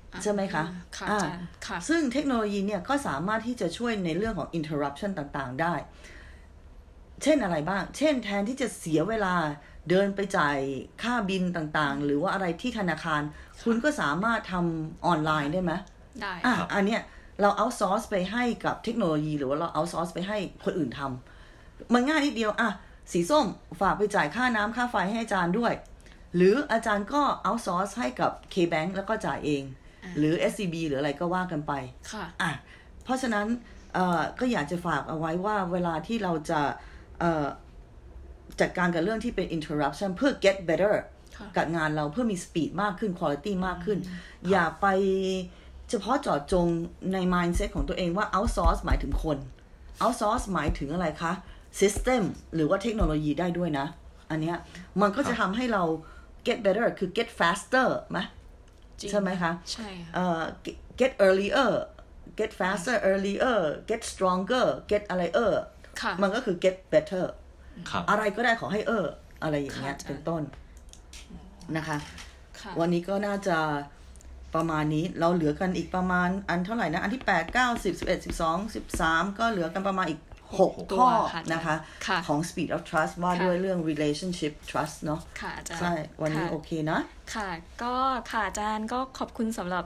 ใช่ไหมคะค่ะอาจารย์ค่ะซึ่งเทคโนโลยีเนี่ยก็สามารถที่จะช่วยในเรื่องของ interruption ต่างๆได้เช่นอะไรบ้างเช่นแทนที่จะเสียเวลาเดินไปจ่ายค่าบิลต่างๆหรือว่าอะไรที่ธนาคารคุณก็สามารถทำออนไลน์ได้ไหมได้อันเนี้ยเราเอาซอร์สไปให้กับเทคโนโลยีหรือว่าเราเอาซอร์สไปให้คนอื่นทำมันง่ายนิดเดียวสีส้มฝากไปจ่ายค่าน้ำค่าไฟให้อาจารย์ด้วยหรืออาจารย์ก็เอาซอร์สให้กับ KBank แล้วก็จ่ายเองหรือ SCB หรืออะไรก็ว่ากันไปเพราะฉะนั้นก็อยากจะฝากเอาไว้ว่าเวลาที่เราจะจัดการกับเรื่องที่เป็น interruption เพื่อ get better กับงานเราเพื่อมี speed มากขึ้น quality มากขึ้นอย่าไปเฉพาะเจาะจงใน mindset ของตัวเองว่า outsource หมายถึงคน outsource หมายถึงอะไรคะ system หรือว่าเทคโนโลยีได้ด้วยนะอันเนี้ยมันก็จะทำให้เรา get better คือ get faster ไหมใช่ไหมคะใช่ get earlier get faster earlier get stronger get อะไรมันก็คือ get better อะไรก็ได้ขอให้อะไรอย่างเงี้ยเป็นต้นนะคะวันนี้ก็น่าจะประมาณนี้เราเหลือกันอีกประมาณอันเท่าไหร่นะอันที่8 9 10 11 12 13ก็เหลือกันประมาณอีก6ข้อนะคะของ Speed of Trust ว่าด้วยเรื่อง relationship trust เนาะใช่วันนี้โอเคนะค่ะก็ค่ะอาจารย์ก็ขอบคุณสำหรับ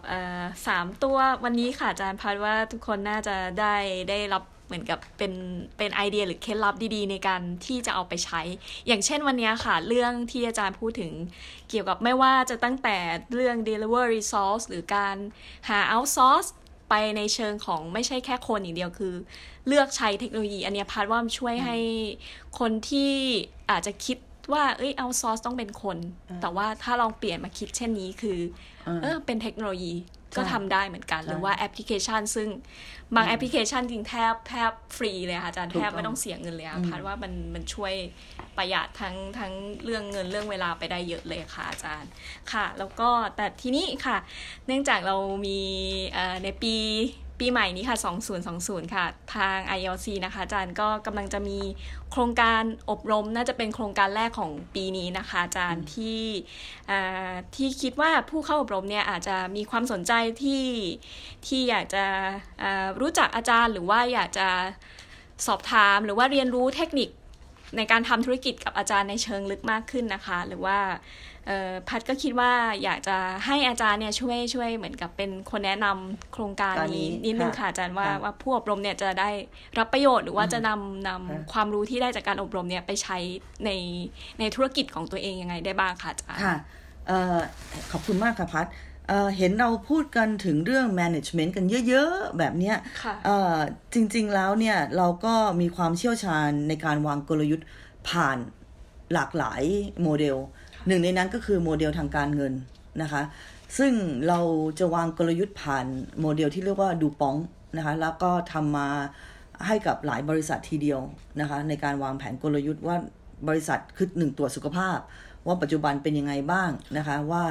3ตัววันนี้ค่ะอาจารย์พัดว่าทุกคนน่าจะได้รับเหมือนกับเป็นไอเดียหรือเคล็ดลับดีๆในการที่จะเอาไปใช้อย่างเช่นวันนี้ค่ะเรื่องที่อาจารย์พูดถึงเกี่ยวกับไม่ว่าจะตั้งแต่เรื่อง deliver resource หรือการหา outsource ไปในเชิงของไม่ใช่แค่คนอย่างเดียวคือเลือกใช้เทคโนโลยีอันนี้พัดว่าช่วยให้คนที่อาจจะคิดว่าoutsource ต้องเป็นคนแต่ว่าถ้าลองเปลี่ยนมาคิดเช่นนี้คือเป็นเทคโนโลยีก็ทำได้เหมือนกันหรือว่าแอปพลิเคชันซึ่งบางแอปพลิเคชันจริงแทบฟรีเลยค่ะอาจารย์แทบไม่ต้องเสียเงินเลยค่ะพัดว่ามันช่วยประหยัดทั้งเรื่องเงินเรื่องเวลาไปได้เยอะเลยค่ะอาจารย์ค่ะแล้วก็แต่ทีนี้ค่ะเนื่องจากเรามีในปีใหม่นี้ค่ะ2020ค่ะทาง ILC นะคะอาจารย์ก็กำลังจะมีโครงการอบรมน่าจะเป็นโครงการแรกของปีนี้นะคะอาจารย์ที่คิดว่าผู้เข้าอบรมเนี่ยอาจจะมีความสนใจที่อยากจะรู้จักอาจารย์หรือว่าอยากจะสอบถามหรือว่าเรียนรู้เทคนิคในการทำธุรกิจกับอาจารย์ในเชิงลึกมากขึ้นนะคะหรือว่าพัดก็คิดว่าอยากจะให้อาจารย์เนี่ยช่วยเหมือนกับเป็นคนแนะนำโครงการนี้นิดนึงค่ะอาจารย์ว่าผู้อบรมเนี่ยจะได้รับประโยชน์หรือว่าจะนำความรู้ที่ได้จากการอบรมเนี่ยไปใช้ในธุรกิจของตัวเองยังไงได้บ้างค่ะอาจารย์ค่ะขอบคุณมากค่ะพัดเห็นเราพูดกันถึงเรื่อง management กันเยอะๆแบบเนี้ยจริงๆแล้วเนี่ยเราก็มีความเชี่ยวชาญในการวางกลยุทธ์ผ่านหลากหลายโมเดลหนึ่งในนั้นก็คือโมเดลทางการเงินนะคะซึ่งเราจะวางกลยุทธ์ผ่านโมเดลที่เรียกว่าดูป้องนะคะแล้วก็ทำมาให้กับหลายบริษัททีเดียวนะคะในการวางแผนกลยุทธ์ว่าบริษัทคือ1ตรวจสุขภาพว่าปัจจุบันเป็นยังไงบ้างนะคะว่า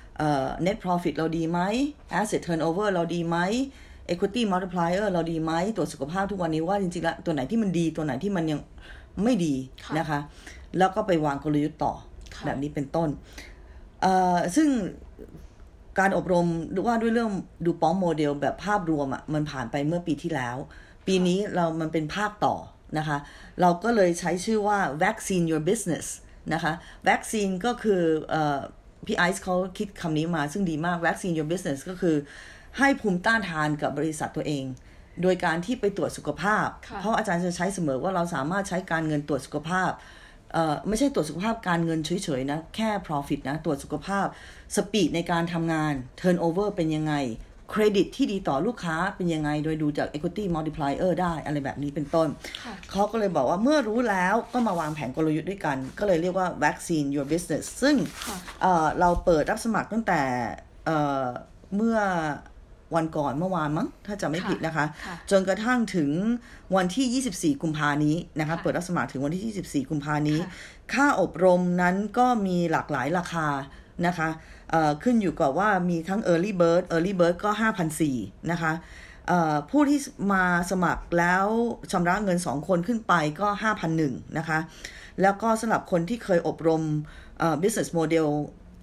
net profit เราดีไหม asset turnover เราดีไหม equity multiplier เราดีไหมตรวจสุขภาพทุกวันนี้ว่าจริงๆแล้วตัวไหนที่มันดีตัวไหนที่มันยังไม่ดีนะคะแล้วก็ไปวางกลยุทธ์ต่อแบบนี้เป็นต้นซึ่งการอบรมว่าด้วยเรื่องดูป้องโมเดลแบบภาพรวมมันผ่านไปเมื่อปีที่แล้วปีนี้มันเป็นภาคต่อนะคะเราก็เลยใช้ชื่อว่า vaccine your business นะคะ vaccine ก็คือพี่ไอซ์เขาคิดคำนี้มาซึ่งดีมาก vaccine your business ก็คือให้ภูมิต้านทานกับบริษัทตัวเองโดยการที่ไปตรวจสุขภาพเพราะอาจารย์จะใช้เสมอว่าเราสามารถใช้การเงินตรวจสุขภาพไม่ใช่ตรวจสุขภาพการเงินเฉยๆนะแค่ profit นะตรวจสุขภาพสปีดในการทำงาน turnover เป็นยังไงเครดิตที่ดีต่อลูกค้าเป็นยังไงโดยดูจาก equity multiplier ได้อะไรแบบนี้เป็นต้นเขาก็เลยบอกว่าเมื่อรู้แล้วก็มาวางแผนกลยุทธ์ด้วยกันก็เลยเรียกว่า vaccine your business ซึ่งเราเปิดรับสมัครตั้งแต่เมื่อวันก่อนเมื่อวานมั้งถ้าจำไม่ผิดนะคะจนกระทั่งถึงวันที่24กุมภานี้นะคะเปิดรับสมัครถึงวันที่24กุมภานี้ค่าอบรมนั้นก็มีหลากหลายราคานะคะขึ้นอยู่กับว่ามีทั้ง early bird ก็ 5,400 นะคะผู้ที่มาสมัครแล้วชำระเงิน2คนขึ้นไปก็5,100 นะคะแล้วก็สำหรับคนที่เคยอบรมbusiness model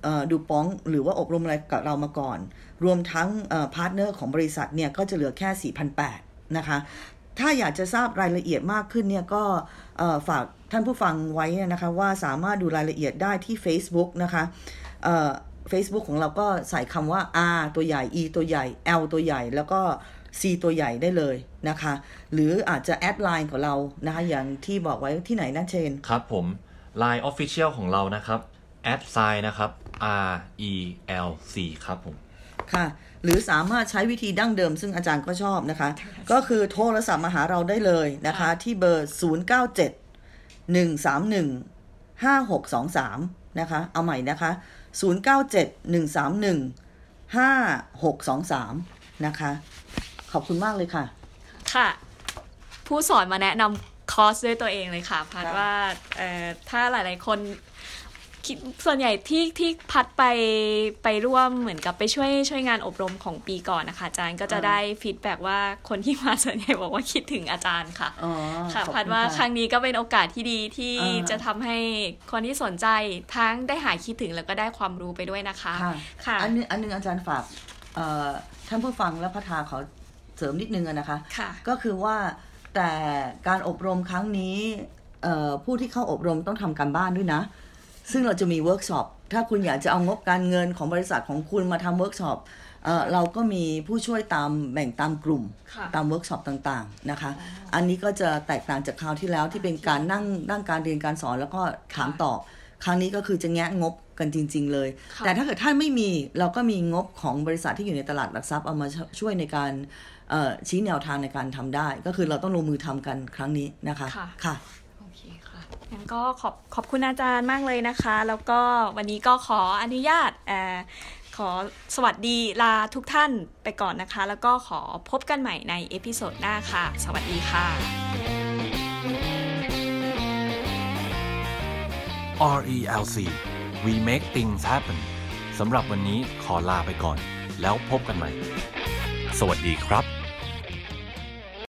ดูป้องหรือว่าอบรมอะไรกับเรามาก่อนรวมทั้งพาร์ทเนอร์ของบริษัทเนี่ยก็จะเหลือแค่ 4,800 นะคะถ้าอยากจะทราบรายละเอียดมากขึ้นเนี่ยก็ฝากท่านผู้ฟังไว้นะคะว่าสามารถดูรายละเอียดได้ที่ Facebook นะคะFacebook ของเราก็ใส่คำว่า R ตัวใหญ่ E ตัวใหญ่ L ตัวใหญ่แล้วก็ C ตัวใหญ่ได้เลยนะคะหรืออาจจะแอดไลน์ของเรานะคะอย่างที่บอกไว้ที่ไหนนะเชนครับผม Line Official ของเรานะครับ @sign นะครับ RELC ครับผมค่ะหรือสามารถใช้วิธีดั้งเดิมซึ่งอาจารย์ก็ชอบนะคะก็คือโทรศัพท์มาหาเราได้เลยนะคะที่เบอร์ 097-131-5623 นะคะเอาใหม่นะคะ097-131-5623 นะคะขอบคุณมากเลยค่ะค่ะผู้สอนมาแนะนำคอร์สด้วยตัวเองเลยค่ะพัดว่าถ้าหลายๆคนส่วนใหญ่ที่พัดไปร่วมเหมือนกับไปช่วยงานอบรมของปีก่อนนะคะอาจารย์ก็จะได้ฟีดแบ็กว่าคนที่มาส่วนใหญ่บอกว่าคิดถึงอาจารย์ค่ะค่ะพัดว่าครั้งนี้ก็เป็นโอกาสที่ดีที่จะทำให้คนที่สนใจทั้งได้หายคิดถึงแล้วก็ได้ความรู้ไปด้วยนะคะค่ะอันนึงอาจารย์ฝากท่านผู้ฟังและพระทาขอเสริมนิดนึงนะคะก็คือว่าแต่การอบรมครั้งนี้ผู้ที่เข้าอบรมต้องทำการบ้านด้วยนะซึ่งเราจะมีเวิร์กช็อปถ้าคุณอยากจะเอางบการเงินของบริษัทของคุณมาทำเวิร์กช็อปเราก็มีผู้ช่วยแบ่งตามกลุ่มตามเวิร์กช็อปต่างๆนะคะอันนี้ก็จะแตกต่างจากคราวที่แล้วที่เป็นการนั่งการเรียนการสอนแล้วก็ถามตอบครั้งนี้ก็คือจะแงะงบกันจริงๆเลยแต่ถ้าเกิดท่านไม่มีเราก็มีงบของบริษัทที่อยู่ในตลาดหลักทรัพย์เอามาช่วยในการชี้แนวทางในการทำได้ก็คือเราต้องลงมือทำกันครั้งนี้นะคะค่ะงั้นก็ขอบคุณอาจารย์มากเลยนะคะแล้วก็วันนี้ก็ขออนุญาตขอสวัสดีลาทุกท่านไปก่อนนะคะแล้วก็ขอพบกันใหม่ในเอพิโซดหน้าค่ะสวัสดีค่ะ RELC We Make Things Happen สำหรับวันนี้ขอลาไปก่อนแล้วพบกันใหม่สวัสดีครับ